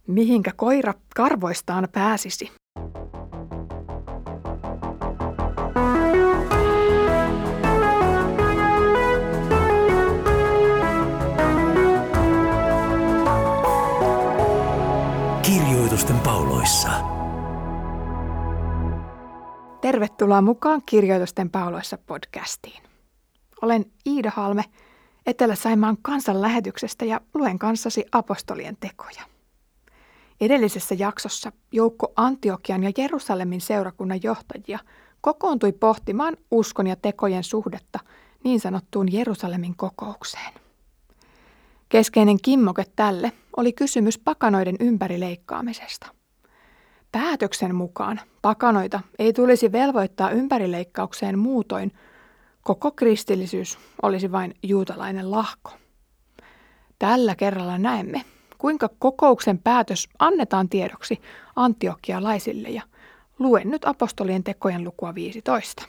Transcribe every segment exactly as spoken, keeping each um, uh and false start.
Mihinkä koira karvoistaan pääsisi? Kirjoitusten pauloissa. Tervetuloa mukaan Kirjoitusten pauloissa podcastiin. Olen Iida Halme Etelä-Saimaan kansanlähetyksestä ja luen kanssasi apostolien tekoja. Edellisessä jaksossa joukko Antiokian ja Jerusalemin seurakunnan johtajia kokoontui pohtimaan uskon ja tekojen suhdetta niin sanottuun Jerusalemin kokoukseen. Keskeinen kimmoke tälle oli kysymys pakanoiden ympärileikkaamisesta. Päätöksen mukaan pakanoita ei tulisi velvoittaa ympärileikkaukseen muutoin, koko kristillisyys olisi vain juutalainen lahko. Tällä kerralla näemme, kuinka kokouksen päätös annetaan tiedoksi antiokialaisille ja luen nyt apostolien tekojen lukua viisitoista.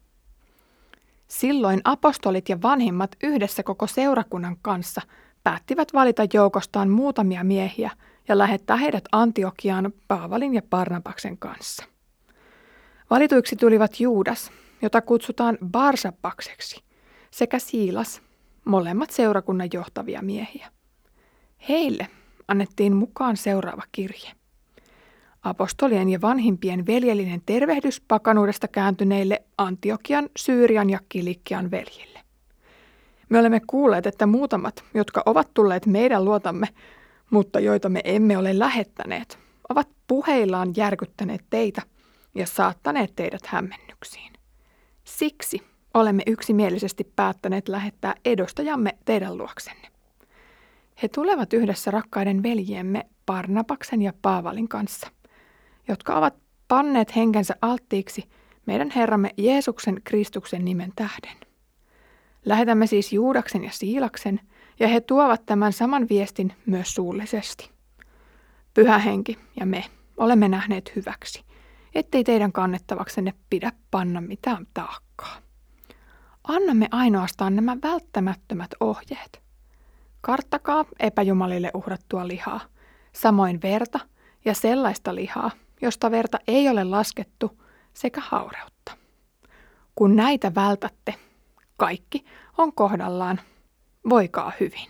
Silloin apostolit ja vanhimmat yhdessä koko seurakunnan kanssa päättivät valita joukostaan muutamia miehiä ja lähettää heidät Antiokiaan Paavalin ja Barnabaksen kanssa. Valituiksi tulivat Juudas, jota kutsutaan Barsabakseksi, sekä Siilas, molemmat seurakunnan johtavia miehiä. Heille annettiin mukaan seuraava kirje. Apostolien ja vanhimpien veljellinen tervehdys pakanuudesta kääntyneille Antiokian, Syyrian ja Kilikian veljille. Me olemme kuulleet, että muutamat, jotka ovat tulleet meidän luotamme, mutta joita me emme ole lähettäneet, ovat puheillaan järkyttäneet teitä ja saattaneet teidät hämmennyksiin. Siksi olemme yksimielisesti päättäneet lähettää edustajamme teidän luoksenne. He tulevat yhdessä rakkaiden veljiemme Barnabaksen ja Paavalin kanssa, jotka ovat panneet henkensä alttiiksi meidän Herramme Jeesuksen Kristuksen nimen tähden. Lähetämme siis Juudaksen ja Siilaksen, ja he tuovat tämän saman viestin myös suullisesti. Pyhä Henki ja me olemme nähneet hyväksi, ettei teidän kannettavaksenne pidä panna mitään taakkaa. Annamme ainoastaan nämä välttämättömät ohjeet. Karttakaa epäjumalille uhrattua lihaa, samoin verta ja sellaista lihaa, josta verta ei ole laskettu, sekä haureutta. Kun näitä vältätte, kaikki on kohdallaan, voikaa hyvin.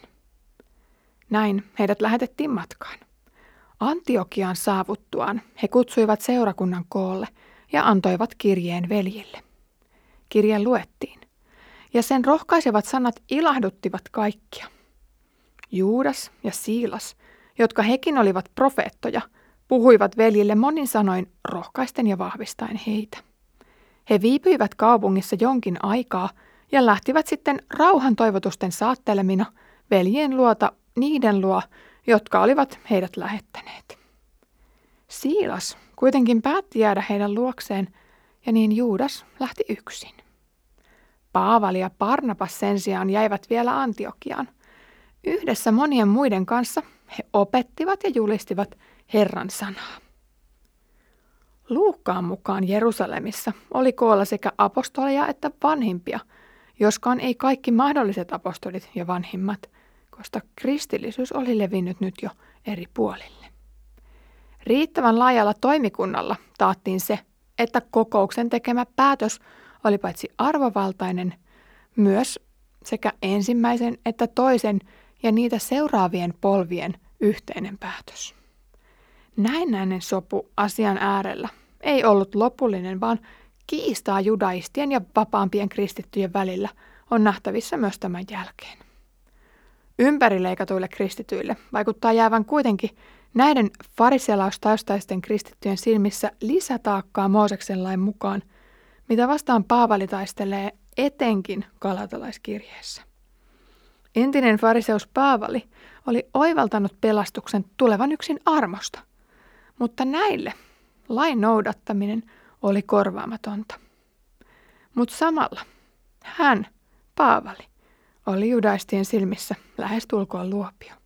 Näin heidät lähetettiin matkaan. Antiokiaan saavuttuaan he kutsuivat seurakunnan koolle ja antoivat kirjeen veljille. Kirje luettiin, ja sen rohkaisevat sanat ilahduttivat kaikkia. Juudas ja Siilas, jotka hekin olivat profeettoja, puhuivat veljille monin sanoin rohkaisten ja vahvistaen heitä. He viipyivät kaupungissa jonkin aikaa ja lähtivät sitten rauhan toivotusten saattelemina veljien luota niiden luo, jotka olivat heidät lähettäneet. Siilas kuitenkin päätti jäädä heidän luokseen, ja niin Juudas lähti yksin. Paavali ja Barnabas sen sijaan jäivät vielä Antiokiaan. Yhdessä monien muiden kanssa he opettivat ja julistivat Herran sanaa. Luukkaan mukaan Jerusalemissa oli koolla sekä apostoleja että vanhimpia, joskaan ei kaikki mahdolliset apostolit ja vanhimmat, koska kristillisyys oli levinnyt nyt jo eri puolille. Riittävän laajalla toimikunnalla taattiin se, että kokouksen tekemä päätös oli paitsi arvovaltainen, myös sekä ensimmäisen että toisen ja niitä seuraavien polvien yhteinen päätös. Näennäinen sopu asian äärellä ei ollut lopullinen, vaan kiistaa judaistien ja vapaampien kristittyjen välillä on nähtävissä myös tämän jälkeen. Ympärileikatuille kristityille vaikuttaa jäävän kuitenkin näiden farisealaistaustaisten kristittyjen silmissä lisätaakkaa Mooseksen lain mukaan, mitä vastaan Paavali taistelee etenkin galatalaiskirjeessä. Entinen fariseus Paavali oli oivaltanut pelastuksen tulevan yksin armosta, mutta näille lain noudattaminen oli korvaamatonta. Mutta samalla hän, Paavali, oli judaistien silmissä lähestulkoon luopio.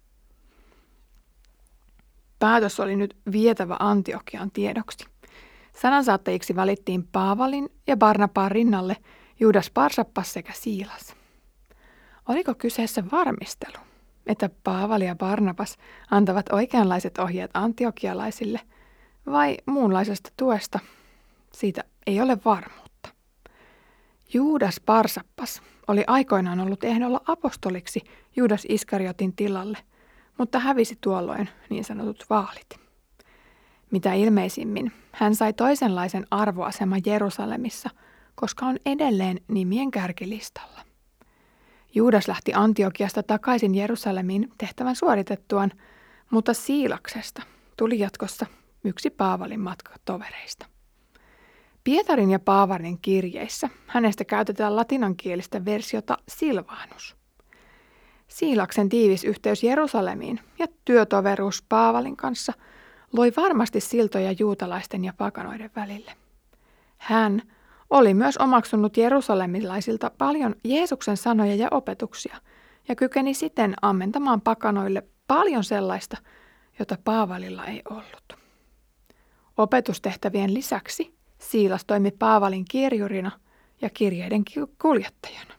Päätös oli nyt vietävä Antiokiaan tiedoksi. Sanansaattajiksi valittiin Paavalin ja Barnabaan rinnalle Juudas Barsabas sekä Siilas. Oliko kyseessä varmistelu, että Paavali ja Barnabas antavat oikeanlaiset ohjeet antiokialaisille vai muunlaisesta tuesta, siitä ei ole varmuutta. Juudas Barsabas oli aikoinaan ollut ehdolla apostoliksi Juudas Iskariotin tilalle, mutta hävisi tuolloin niin sanotut vaalit. Mitä ilmeisimmin hän sai toisenlaisen arvoaseman Jerusalemissa, koska on edelleen nimien kärkilistalla. Juudas lähti Antiokiasta takaisin Jerusalemiin tehtävän suoritettuaan, mutta Siilaksesta tuli jatkossa yksi Paavalin matkatovereista. Pietarin ja Paavarin kirjeissä hänestä käytetään latinankielistä versiota Silvanus. Siilaksen tiivis yhteys Jerusalemiin ja työtoveruus Paavalin kanssa loi varmasti siltoja juutalaisten ja pakanoiden välille. Hän oli myös omaksunut jerusalemilaisilta paljon Jeesuksen sanoja ja opetuksia ja kykeni siten ammentamaan pakanoille paljon sellaista, jota Paavalilla ei ollut. Opetustehtävien lisäksi Siilas toimi Paavalin kirjurina ja kirjeiden kuljettajana.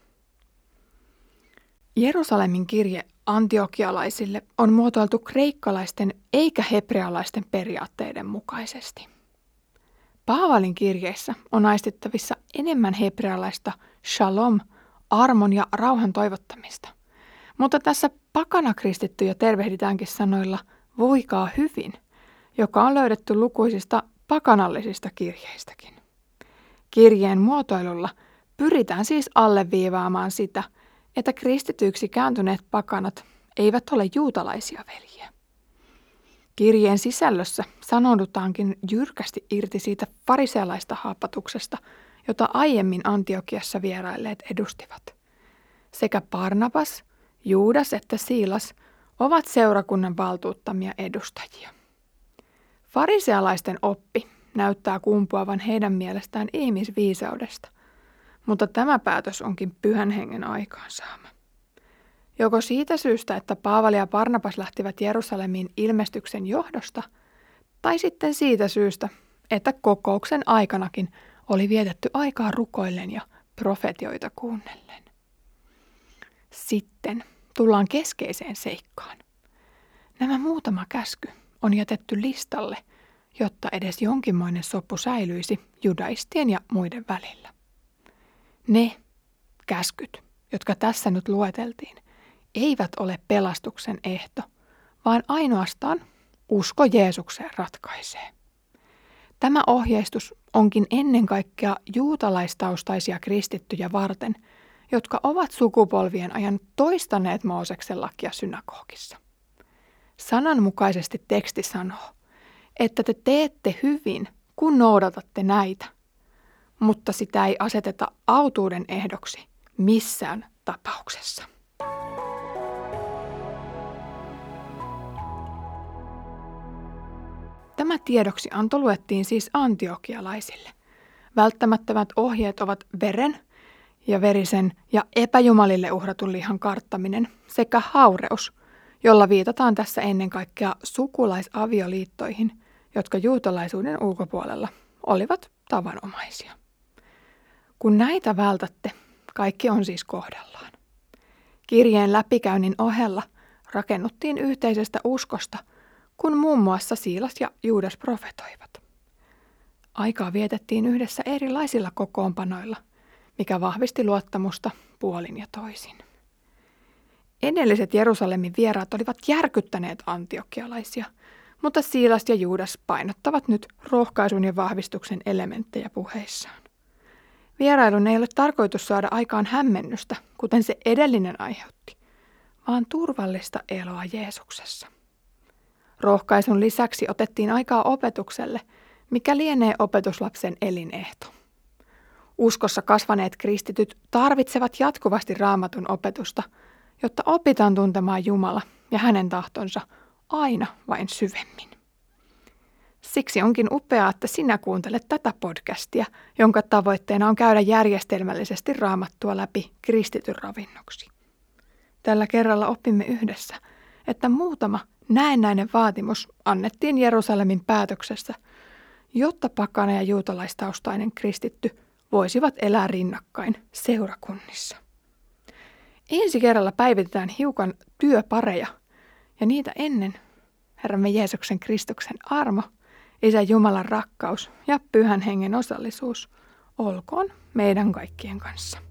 Jerusalemin kirje antiokialaisille on muotoiltu kreikkalaisten eikä hebrealaisten periaatteiden mukaisesti. Paavalin kirjeissä on aistittavissa enemmän hebrealaista shalom, armon ja rauhan toivottamista. Mutta tässä pakanakristittyjä tervehditäänkin sanoilla voikaa hyvin, joka on löydetty lukuisista pakanallisista kirjeistäkin. Kirjeen muotoilulla pyritään siis alleviivaamaan sitä, että kristityiksi kääntyneet pakanat eivät ole juutalaisia veljiä. Kirjeen sisällössä sanoudutaankin jyrkästi irti siitä farisealaista haapatuksesta, jota aiemmin Antiokiassa vierailleet edustivat. Sekä Barnabas, Juudas että Siilas ovat seurakunnan valtuuttamia edustajia. Farisealaisten oppi näyttää kumpuavan heidän mielestään ihmisviisaudesta, mutta tämä päätös onkin Pyhän Hengen aikaansaama. Joko siitä syystä, että Paavali ja Barnabas lähtivät Jerusalemiin ilmestyksen johdosta, tai sitten siitä syystä, että kokouksen aikanakin oli vietetty aikaa rukoillen ja profetioita kuunnellen. Sitten tullaan keskeiseen seikkaan. Nämä muutama käsky on jätetty listalle, jotta edes jonkinmoinen sopu säilyisi judaistien ja muiden välillä. Ne käskyt, jotka tässä nyt lueteltiin, eivät ole pelastuksen ehto, vaan ainoastaan usko Jeesukseen ratkaisee. Tämä ohjeistus onkin ennen kaikkea juutalaistaustaisia kristittyjä varten, jotka ovat sukupolvien ajan toistaneet Mooseksen lakia synagogissa. Sananmukaisesti teksti sanoo, että te teette hyvin, kun noudatatte näitä, mutta sitä ei aseteta autuuden ehdoksi missään tapauksessa. Tämä tiedoksianto luettiin siis antiokialaisille. Välttämättömät ohjeet ovat veren ja verisen ja epäjumalille uhratun lihan karttaminen sekä haureus, jolla viitataan tässä ennen kaikkea sukulaisavioliittoihin, jotka juutalaisuuden ulkopuolella olivat tavanomaisia. Kun näitä vältätte, kaikki on siis kohdallaan. Kirjeen läpikäynnin ohella rakennuttiin yhteisestä uskosta, kun muun muassa Siilas ja Juudas profetoivat. Aikaa vietettiin yhdessä erilaisilla kokoonpanoilla, mikä vahvisti luottamusta puolin ja toisin. Edelliset Jerusalemin vieraat olivat järkyttäneet antiokialaisia, mutta Siilas ja Juudas painottavat nyt rohkaisun ja vahvistuksen elementtejä puheissaan. Vierailun ei ole tarkoitus saada aikaan hämmennystä, kuten se edellinen aiheutti, vaan turvallista eloa Jeesuksessa. Rohkaisun lisäksi otettiin aikaa opetukselle, mikä lienee opetuslapsen elinehto. Uskossa kasvaneet kristityt tarvitsevat jatkuvasti Raamatun opetusta, jotta opitaan tuntemaan Jumala ja hänen tahtonsa aina vain syvemmin. Siksi onkin upeaa, että sinä kuuntelet tätä podcastia, jonka tavoitteena on käydä järjestelmällisesti Raamattua läpi kristityn ravinnoksi. Tällä kerralla opimme yhdessä, että muutama näennäinen vaatimus annettiin Jerusalemin päätöksessä, jotta pakana ja juutalaistaustainen kristitty voisivat elää rinnakkain seurakunnissa. Ensi kerralla päivitetään hiukan työpareja ja niitä ennen Herramme Jeesuksen Kristuksen armo, Isä Jumalan rakkaus ja Pyhän Hengen osallisuus olkoon meidän kaikkien kanssa.